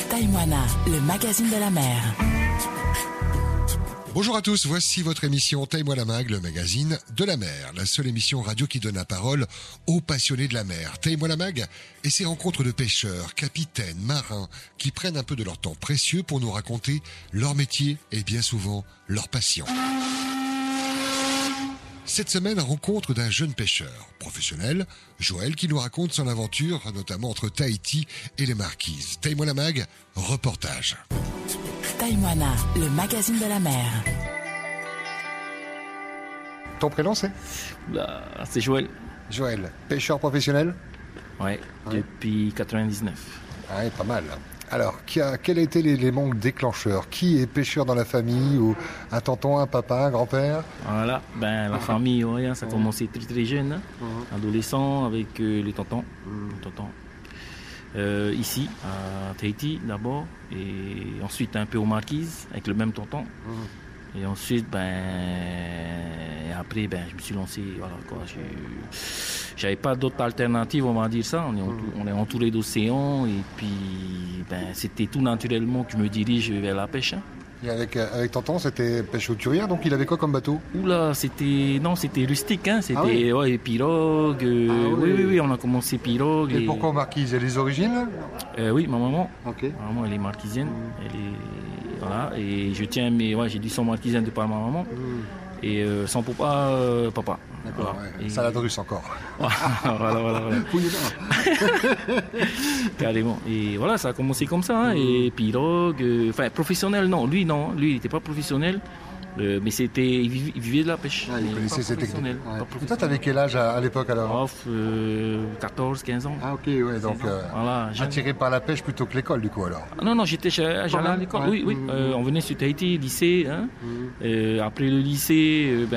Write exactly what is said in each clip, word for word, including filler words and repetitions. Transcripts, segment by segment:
Taïwana, le magazine de la mer. Bonjour à tous, voici votre émission Taïwana Mag, le magazine de la mer, la seule émission radio qui donne la parole aux passionnés de la mer. Taïwana Mag et ses rencontres de pêcheurs, capitaines, marins, qui prennent un peu de leur temps précieux pour nous raconter leur métier et bien souvent leur passion. Cette semaine, rencontre d'un jeune pêcheur professionnel, Joël, qui nous raconte son aventure, notamment entre Tahiti et les Marquises. Taïwana Mag, reportage. Taïwana, le magazine de la mer. Ton prénom c'est Là, c'est Joël. Joël, pêcheur professionnel? Ouais, Ouais. depuis quatre-vingt-dix-neuf. Ah oui, pas mal. Alors, qui a, quel a été l'élément déclencheur? Qui est pêcheur dans la famille? Ou un tonton, un papa, un grand-père? Voilà, ben la famille, ouais, ça a commencé très très jeune, hein. Adolescent avec euh, les tontons. Les tontons. Euh, ici, à Tahiti d'abord, et ensuite un peu aux Marquises avec le même tonton. Et ensuite, ben, et après, ben, je me suis lancé, voilà quoi. j'ai- J'avais pas d'autre alternative, on va dire ça. On est, entou- on est entouré d'océans, et puis, ben, c'était tout naturellement que je me dirige vers la pêche, hein. Et avec, euh, avec tonton, c'était pêche hauturière, donc il avait quoi comme bateau? Oula, c'était non, c'était rustique, hein. C'était Ah oui ouais, pirogue. euh, Ah oui. oui, oui, oui, on a commencé pirogue. Et pourquoi aux Marquises? Il y a les origines? Euh, Oui, ma maman. Ok. Ma maman, elle est marquisienne. Elle est voilà, et je tiens, mais ouais, j'ai du sang marquisien de par ma maman. Et euh, sans papa, euh, papa. D'accord, Voilà. ouais. Et- Salade russe encore. voilà, voilà, voilà. Carrément. Et voilà, ça a commencé comme ça, hein. Et pirogue, euh, enfin professionnel, non. Lui, non. Lui, il n'était pas professionnel. Euh, mais c'était, il vivait, il vivait de la pêche. Ah, il Mais connaissait pas ces techniques. professionnel, Ouais. pas Et toi, professionnel. t'avais quel âge à, à l'époque alors? Off, euh, quatorze, quinze ans. Ah ok, ouais, donc euh, Voilà, jeune. attiré par la pêche plutôt que l'école du coup alors. Ah non, non, j'étais chez- j'allais à l'école. Ouais. Oui, oui. Mmh. Euh, on venait sur Tahiti, lycée. Hein. Euh, après le lycée, euh,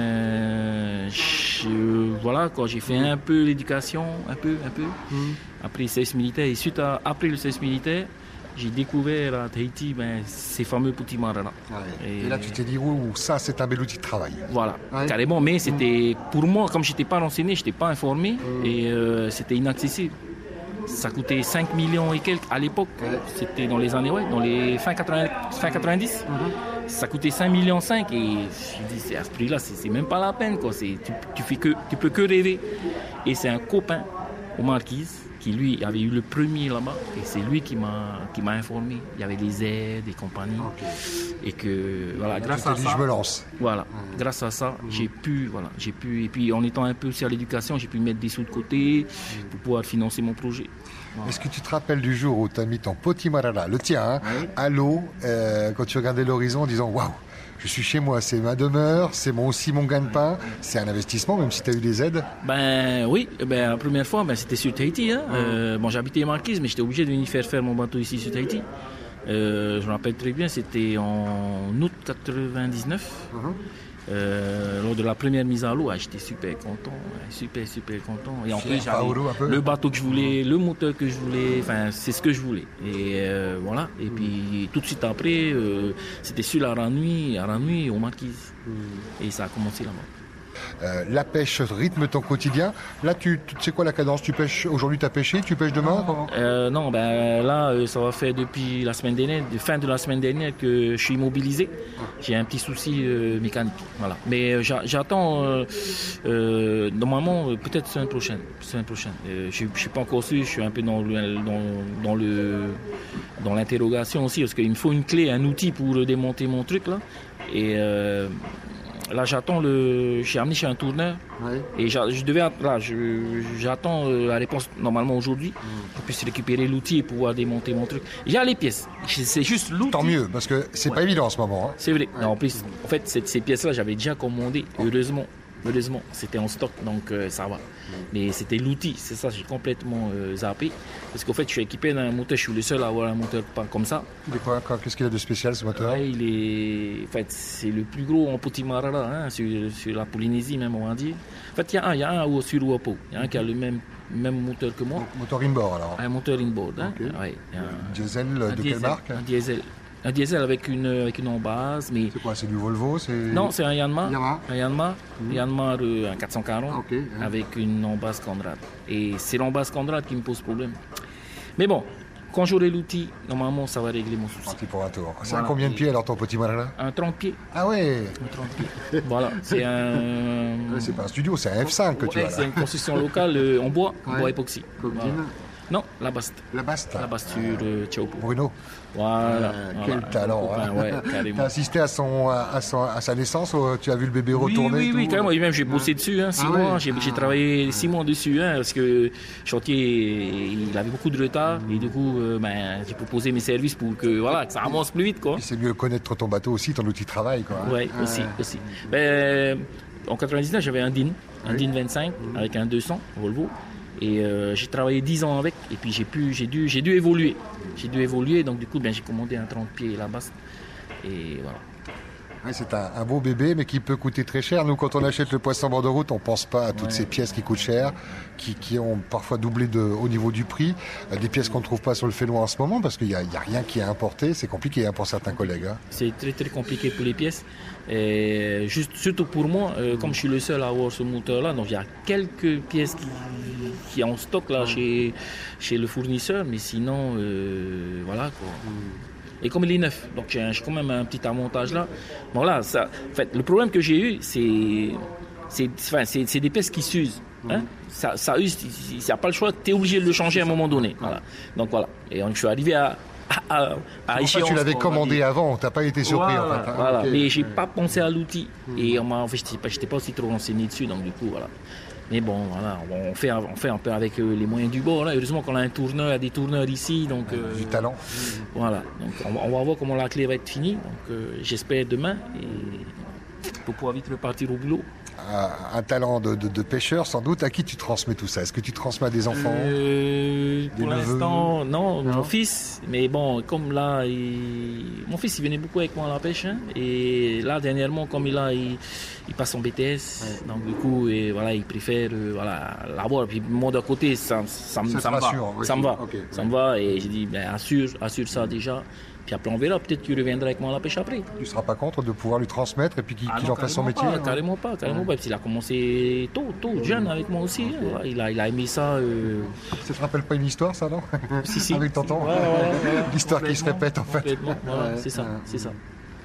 ben, je- voilà, quoi, j'ai fait un peu l'éducation, un peu, un peu. Après le service militaire, et suite à, après le service militaire, j'ai découvert à Tahiti, ben, ces fameux petits marins. Et... là tu t'es dit, ouh, ça c'est un bel outil de travail. Voilà, Ouais. carrément. Mais c'était, pour moi, comme je n'étais pas renseigné, je n'étais pas informé, et euh, c'était inaccessible. Ça coûtait cinq millions et quelques à l'époque. Ouais. C'était dans les années, ouais, dans les fin, quatre-vingts, fin quatre-vingt-dix. Ça coûtait cinq millions cinq, et je dis, c'est à ce prix-là, c'est, c'est même pas la peine, quoi. C'est, tu, tu, fais que, tu peux que rêver. Et c'est un copain aux Marquises qui, lui, avait eu le premier là-bas, et c'est lui qui m'a, qui m'a informé. Il y avait les aides et compagnie. Et que, voilà, Là, grâce tu à t'es dit, ça. je me lance. Voilà, grâce à ça, j'ai pu, voilà, j'ai pu, et puis en étant un peu aussi à l'éducation, j'ai pu mettre des sous de côté pour pouvoir financer mon projet. Voilà. Est-ce que tu te rappelles du jour où tu as mis ton potimarara, le tien, hein, Oui. à l'eau, euh, quand tu regardais l'horizon en disant, waouh, je suis chez moi, c'est ma demeure, c'est mon, aussi mon gagne-pain, c'est un investissement même si tu as eu des aides? Ben oui, ben, la première fois, ben, c'était sur Tahiti. Hein. Euh, bon, j'habitais les Marquises, mais j'étais obligé de venir faire faire mon bateau ici sur Tahiti. Euh, je me rappelle très bien, c'était en août quatre-vingt-dix-neuf. Euh, lors de la première mise à l'eau, ah, j'étais super content, ouais, super super content. Et en Fier, plus, j'avais Paolo, un peu. le bateau que je voulais, le moteur que je voulais, enfin c'est ce que je voulais. Et euh, voilà. Et puis tout de suite après, euh, c'était sur la Ranui, à Ranui aux Marquises. Et ça a commencé là-bas. Euh, la pêche rythme ton quotidien. Là, tu, tu sais quoi la cadence? Tu pêches aujourd'hui, tu as pêché, tu pêches demain? Comment? Euh, non, ben là, euh, ça va faire depuis la semaine dernière, de fin de la semaine dernière, que je suis immobilisé. J'ai un petit souci euh, mécanique, voilà. Mais euh, j'a- j'attends euh, euh, normalement euh, peut-être semaine prochaine. Semaine prochaine. Euh, je, je suis pas encore sûr. Je suis un peu dans le dans, dans le dans l'interrogation aussi, parce qu'il me faut une clé, un outil pour euh, démonter mon truc là. Et euh, là, j'attends le. J'ai amené chez un tourneur. Ouais. Et j'a- je devais, là, je- j'attends euh, la réponse normalement aujourd'hui pour que je puisse récupérer l'outil et pouvoir démonter mon truc. J'ai les pièces, c'est juste l'outil. Tant mieux, parce que c'est Ouais. pas évident en ce moment. Hein. C'est vrai. Non, en plus, en fait, cette- ces pièces-là, j'avais déjà commandé. Heureusement, heureusement, c'était en stock, donc euh, ça va. Mais c'était l'outil, c'est ça, j'ai complètement euh, zappé. Parce qu'en fait, je suis équipé d'un moteur, je suis le seul à avoir un moteur pas comme ça. Il est quoi, quoi, qu'est-ce qu'il a de spécial ce moteur? Ouais, il est, en fait, c'est le plus gros en Potimarara, hein, sur, sur la Polynésie même, on va dire. En fait, il y a un, il y a un au- sur Ouapo. Il y a un qui a le même, même moteur que moi. Moteur inboard alors. Un moteur inboard. Hein. Ok. Ouais, il y a un- Diesel un de quelle diesel, marque? Un diesel. Un diesel avec une, avec une embase, mais C'est quoi, c'est du Volvo? C'est... non, c'est un Yanmar. Yamaha. Un Yanmar, Yanmar euh, un quatre cent quarante Ok, hein. avec une embase Conrad. Et c'est l'embase Conrad qui me pose problème. Mais bon, quand j'aurai l'outil, normalement, ça va régler mon souci. Parti pour un tour. C'est Voilà. un combien de pieds alors ton petit malin? Un trente pieds. Ah ouais. Un trente pieds. Voilà, c'est un... C'est pas un studio, c'est un F cinq que tu Ouais, as c'est là. une construction locale euh, en bois, en Ouais. bois époxy. Comme Voilà. Dina. Non, la Baste. La Baste. La Baste sur euh, Tchaopo. Bruno, Voilà. Euh, voilà. quel talent, Un copain, hein. ouais, t'as carrément. assisté à, son, à, son, à sa naissance ou tu as vu le bébé Oui, retourner oui, et oui, tout carrément. Et même j'ai bossé dessus, hein, six Ah mois. ouais. J'ai, j'ai Ah. travaillé six mois dessus, hein, parce que le chantier, il avait beaucoup de retard. Et du coup, euh, ben, j'ai proposé mes services pour que, voilà, que ça avance plus vite, quoi. Puis c'est mieux connaître ton bateau aussi, ton outil de travail. Quoi, hein. Ouais, aussi, aussi. Ben, en quatre-vingt-dix-neuf, j'avais un D I N, un D I N vingt-cinq avec un deux cents Volvo. Et euh, j'ai travaillé dix ans avec. Et puis j'ai pu, j'ai dû, j'ai dû évoluer. J'ai dû évoluer. Donc du coup, ben, j'ai commandé un trente pieds là-bas. Et voilà. Ouais, c'est un, un beau bébé, mais qui peut coûter très cher. Nous, quand on achète le poisson bord de route, on pense pas à toutes Ouais. ces pièces qui coûtent cher, qui, qui ont parfois doublé de, au niveau du prix. Euh, Des pièces qu'on ne trouve pas sur le Fénois en ce moment, parce qu'il n'y a, il y a rien qui est importé. C'est compliqué hein, pour certains collègues. Hein. C'est très très compliqué pour les pièces. Et juste, surtout pour moi, euh, comme je suis le seul à avoir ce moteur-là, donc il y a quelques pièces qui, qui sont en stock là chez, chez le fournisseur, mais sinon, euh, voilà quoi. Et comme il est neuf, donc j'ai, un- j'ai quand même un petit amontage là. Bon là, ça, en fait, le problème que j'ai eu, c'est, c'est, enfin, c'est, c'est des pièces qui s'usent. Hein? Ça, ça use, il n'y a pas le choix, tu es obligé de le changer à un moment donné. Voilà. Donc voilà. Et donc, je suis arrivé à, à, à, à Pour ça, échéance, tu l'avais quoi, on va commandé dire. avant, t'as pas été surpris Voilà, en fait. hein. voilà. Ok. Mais j'ai pas pensé à l'outil. Et on m'a, en fait, j'étais pas, j'étais pas aussi trop renseigné dessus, donc du coup, voilà. Mais bon, voilà, on fait, on fait un peu avec euh, les moyens du bord. Là. Heureusement qu'on a un tourneur, il y a des tourneurs ici, donc euh, Du talent. voilà. Donc on, va- on va voir comment la clé va être finie. Donc euh, j'espère demain et pour pouvoir vite repartir au boulot. Un, un talent de, de, de pêcheur, sans doute. À qui tu transmets tout ça? Est-ce que tu transmets à des enfants? Euh, pour Des neveux? l'instant, non, Non. mon fils. Mais bon, comme là, il... mon fils, il venait beaucoup avec moi à la pêche. Hein, et là, dernièrement, comme il a, il, il passe son B T S. Donc du coup, et, voilà, il préfère euh, voilà, l'avoir. Puis moi, d'un côté, ça, ça, me- Ça ça te me rassure, va. oui. Ça me va. Ok. Ça me va. Et j'ai dit, ben, assure, assure ça déjà. Puis après, on verra. Peut-être qu'il reviendra avec moi à la pêche après. Tu ne seras pas contre de pouvoir lui transmettre et puis qu'il Ah qu'il non, en fasse son carrément métier? pas, hein. Carrément pas, carrément pas. Puis il a commencé tôt, tôt, jeune avec moi aussi. hein. Voilà, il, a, il a aimé ça. euh, Ça te rappelle pas une histoire, ça, non? Si, si. Avec tonton? Ouais, ouais, ouais, L'histoire qui se complètement, répète, en fait. complètement. Voilà, Ouais, c'est ça, ouais. c'est ça.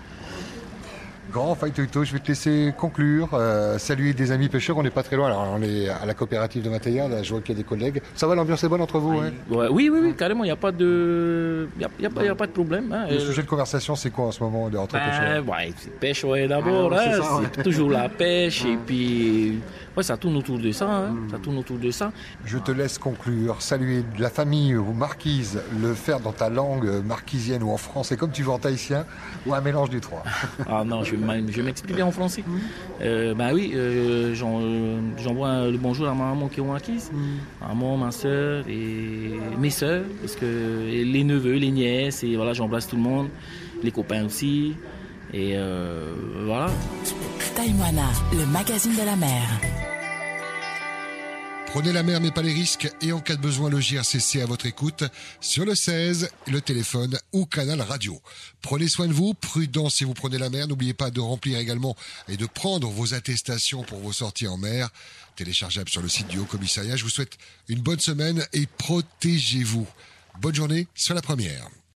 Grand Faitoito, je vais te laisser conclure. Euh, saluer des amis pêcheurs, on n'est pas très loin. Alors, on est à la coopérative de Mataïa, là, je vois qu'il y a des collègues. Ça va, l'ambiance est bonne entre vous? hein Ouais, oui, oui, oui, carrément, il n'y a pas de, il y a, il y a pas, il y a pas de problème. Hein. Le Euh, sujet de conversation, c'est quoi en ce moment de entre ben, pêcheurs? ouais, c'est pêche ouais, d'abord, Ah, c'est hein, ça, ouais. c'est toujours la pêche et puis ouais, ça tourne autour de ça, hein, ça tourne autour de ça. Je te laisse conclure. Saluer de la famille ou marquise, le faire dans ta langue marquisienne ou en français, comme tu veux en tahitien, ou un mélange des trois. Ah non, je, vais m'en- je vais m'expliquer en français. Euh, ben oui, euh, j'en- euh, j'envoie le bonjour à ma maman qui est acquise, maman, ma soeur et mes soeurs, parce que et les neveux, les nièces, et voilà, j'embrasse tout le monde, les copains aussi, et euh, voilà. Taïwana, le magazine de la mer. Prenez la mer mais pas les risques et en cas de besoin le G R C C à votre écoute sur le seize, le téléphone ou canal radio. Prenez soin de vous, prudent si vous prenez la mer. N'oubliez pas de remplir également et de prendre vos attestations pour vos sorties en mer. Téléchargeable sur le site du Haut Commissariat. Je vous souhaite une bonne semaine et protégez-vous. Bonne journée sur la première.